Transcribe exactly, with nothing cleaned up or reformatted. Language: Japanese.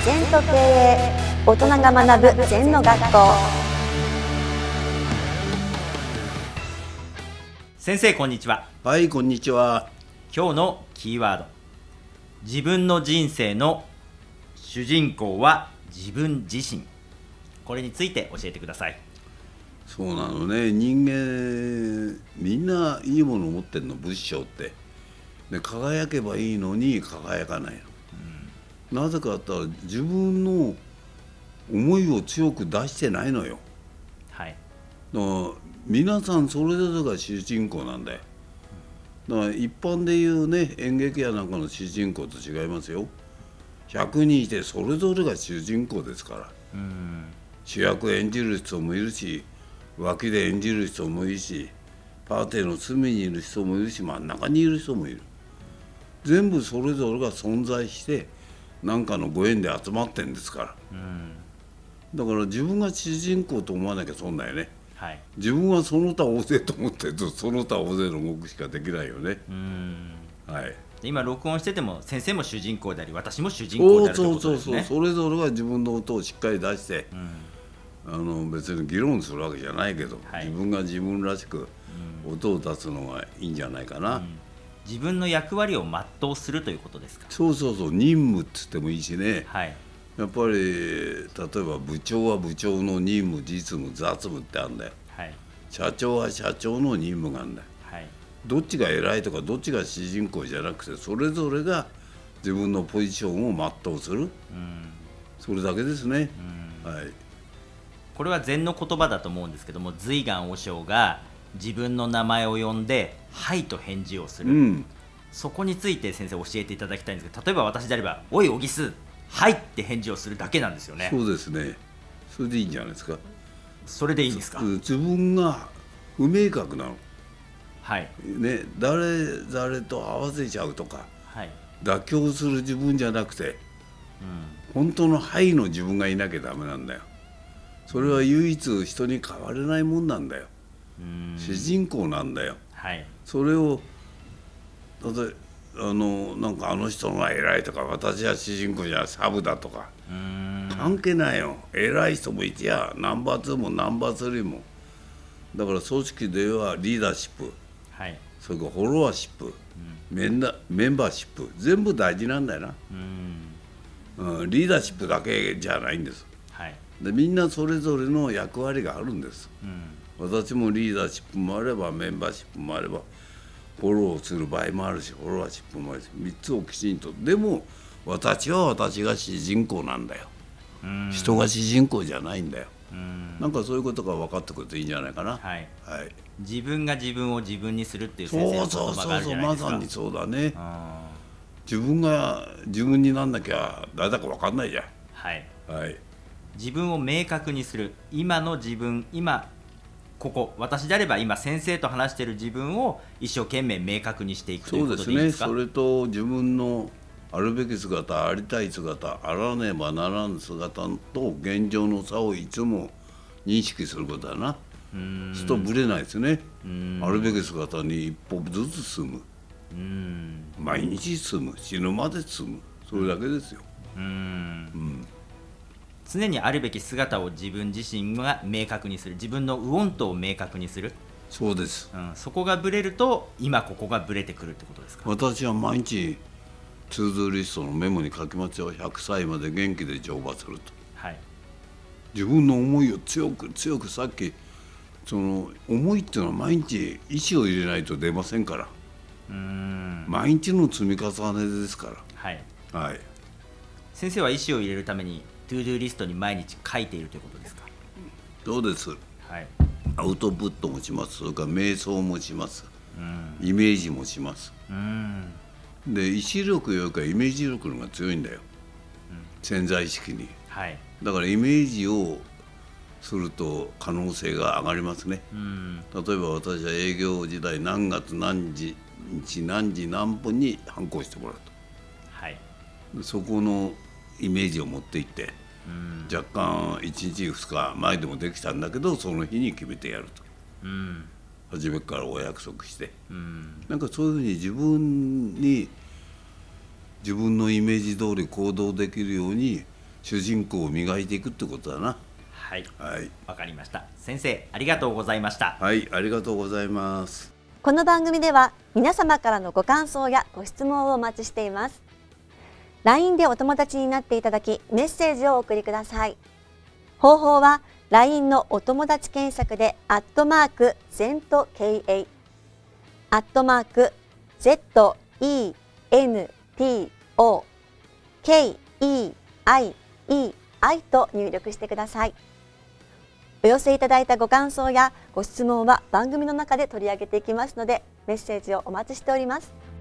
禅と経営、大人が学ぶ禅の学校。 先生こんにちは。 はい、こんにちは。 今日のキーワード、自分の人生の主人公は自分自身。これについて教えてください。 そうなのね、人間みんないいものを持ってるの、仏性ってで、輝けばいいのに輝かないの、うん、なぜかって言ったら自分の思いを強く出してないのよ。 はい。 だから皆さんそれぞれが主人公なんだよ。だから一般でいうね、演劇やなんかの主人公と違いますよ。ひゃくにんいてそれぞれが主人公ですから、うん、主役演じる人もいるし、脇で演じる人もいるし、パーティーの隅にいる人もいるし、真ん中にいる人もいる。全部それぞれが存在して何かのご縁で集まってんですから、うん、だから自分が主人公と思わなきゃ損だよね、はい、自分はその他大勢と思ってるとその他大勢の動くしかできないよね。うん、はい、 今録音してても先生も主人公であり私も主人公であるということですね。 そうそうそうそう、それぞれが自分の音をしっかり出して、うん、あの別に議論するわけじゃないけど、はい、自分が自分らしく音を出すのがいいんじゃないかな、うん、 自分の役割を全うするということですか。 そうそうそう、任務って言ってもいいしね、はい、やっぱり例えば部長は部長の任務、実務、雑務ってあるんだよ、はい、社長は社長の任務があるんだよ、はい、どっちが偉いとかどっちが主人公じゃなくて、それぞれが自分のポジションを全うする、うん、それだけですね、うん、はい、 これは禅の言葉だと思うんですけども、随願和尚が自分の名前を呼んではいと返事をする、うん、そこについて先生教えていただきたいんですけど、例えば私であればおい小木須はいって返事をするだけなんですよね。 そうですね、それでいいんじゃないですか。 それでいいんですか。 自分が不明確なの、 はいね、誰誰と合わせちゃうとか、はい、妥協する自分じゃなくて、うん、本当のはいの自分がいなきゃダメなんだよ。それは唯一人に変われないもんなんだよ。主人公なんだよ、はい、それを例えあのなんかあの人が偉いとか私は主人公じゃサブだとか関係ないよ。偉い人もいてやナンバーツーもナンバースリーも、だから組織ではリーダーシップ、はい、それからフォロワーシップ、うん、メンダメンバーシップ全部大事なんだよな、うんうん、リーダーシップだけじゃないんです、はい、でみんなそれぞれの役割があるんです、うん、私もリーダーシップもあればメンバーシップもあればフォローする場合もあるし、フォロワーシップもあるし、みっつをきちんと。でも私は私が主人公なんだよ、うん、人が主人公じゃないんだよ、うん、なんかそういうことが分かってくるといいんじゃないかな、はいはい、 自分が自分を自分にするっていう先生の言葉があるじゃないですか。 そうそうそうそう、まさにそうだね。自分が自分になんなきゃ誰だか分かんないじゃん、はいはい、 自分を明確にする、今の自分、今ここ私であれば今先生と話している自分を一生懸命明確にしていくということでいいですか。 そうですね、それと自分のあるべき姿、ありたい姿、あらねばならぬ姿と現状の差をいつも認識することだな。うーん、するとぶれないですね。うーん、あるべき姿に一歩ずつ進む、うーん、毎日進む、死ぬまで進む、それだけですよ。うーん、うん、 常にあるべき姿を自分自身が明確にする、自分のウォントを明確にする。 そうです、 うん、そこがブレると今ここがブレてくるってことですか。 私は毎日ツードゥーリストのメモに書きますよ。ひゃくさいまで元気で乗馬すると、はい、自分の思いを強く強く、さっきその思いっていうのは毎日意思を入れないと出ませんから、うーん、毎日の積み重ねですから、はいはい、 先生は意思を入れるためにトゥードゥーリストに毎日書いているということですか。 そうです、はい、アウトプットもします。それから瞑想もします、うん、イメージもします、うん、で意志力よりかイメージ力の方が強いんだよ、うん、潜在意識に、はい、だからイメージをすると可能性が上がりますね、うん、例えば私は営業時代何月何時日何時何分に反抗してもらうと、はい、そこのイメージを持っていって、うん、若干いちにちふつかまえでもできたんだけどその日に決めてやると、うん、初めからお約束して、うん、なんかそういうふうに自分に自分のイメージ通り行動できるように主人公を磨いていくってことだな。 はい、 はい、 わかりました。先生、ありがとうございました。 はい、ありがとうございます。 この番組では皆様からのご感想やご質問をお待ちしています。ライン でお友達になっていただき、メッセージをお送りください。方法は ライン のお友達検索でアットマーク ゼント ケーエー アットマーク ゼット イー エヌ ティー オー ケー イー アイ イー アイ と入力してください。お寄せいただいたご感想やご質問は番組の中で取り上げていきますので、メッセージをお待ちしております。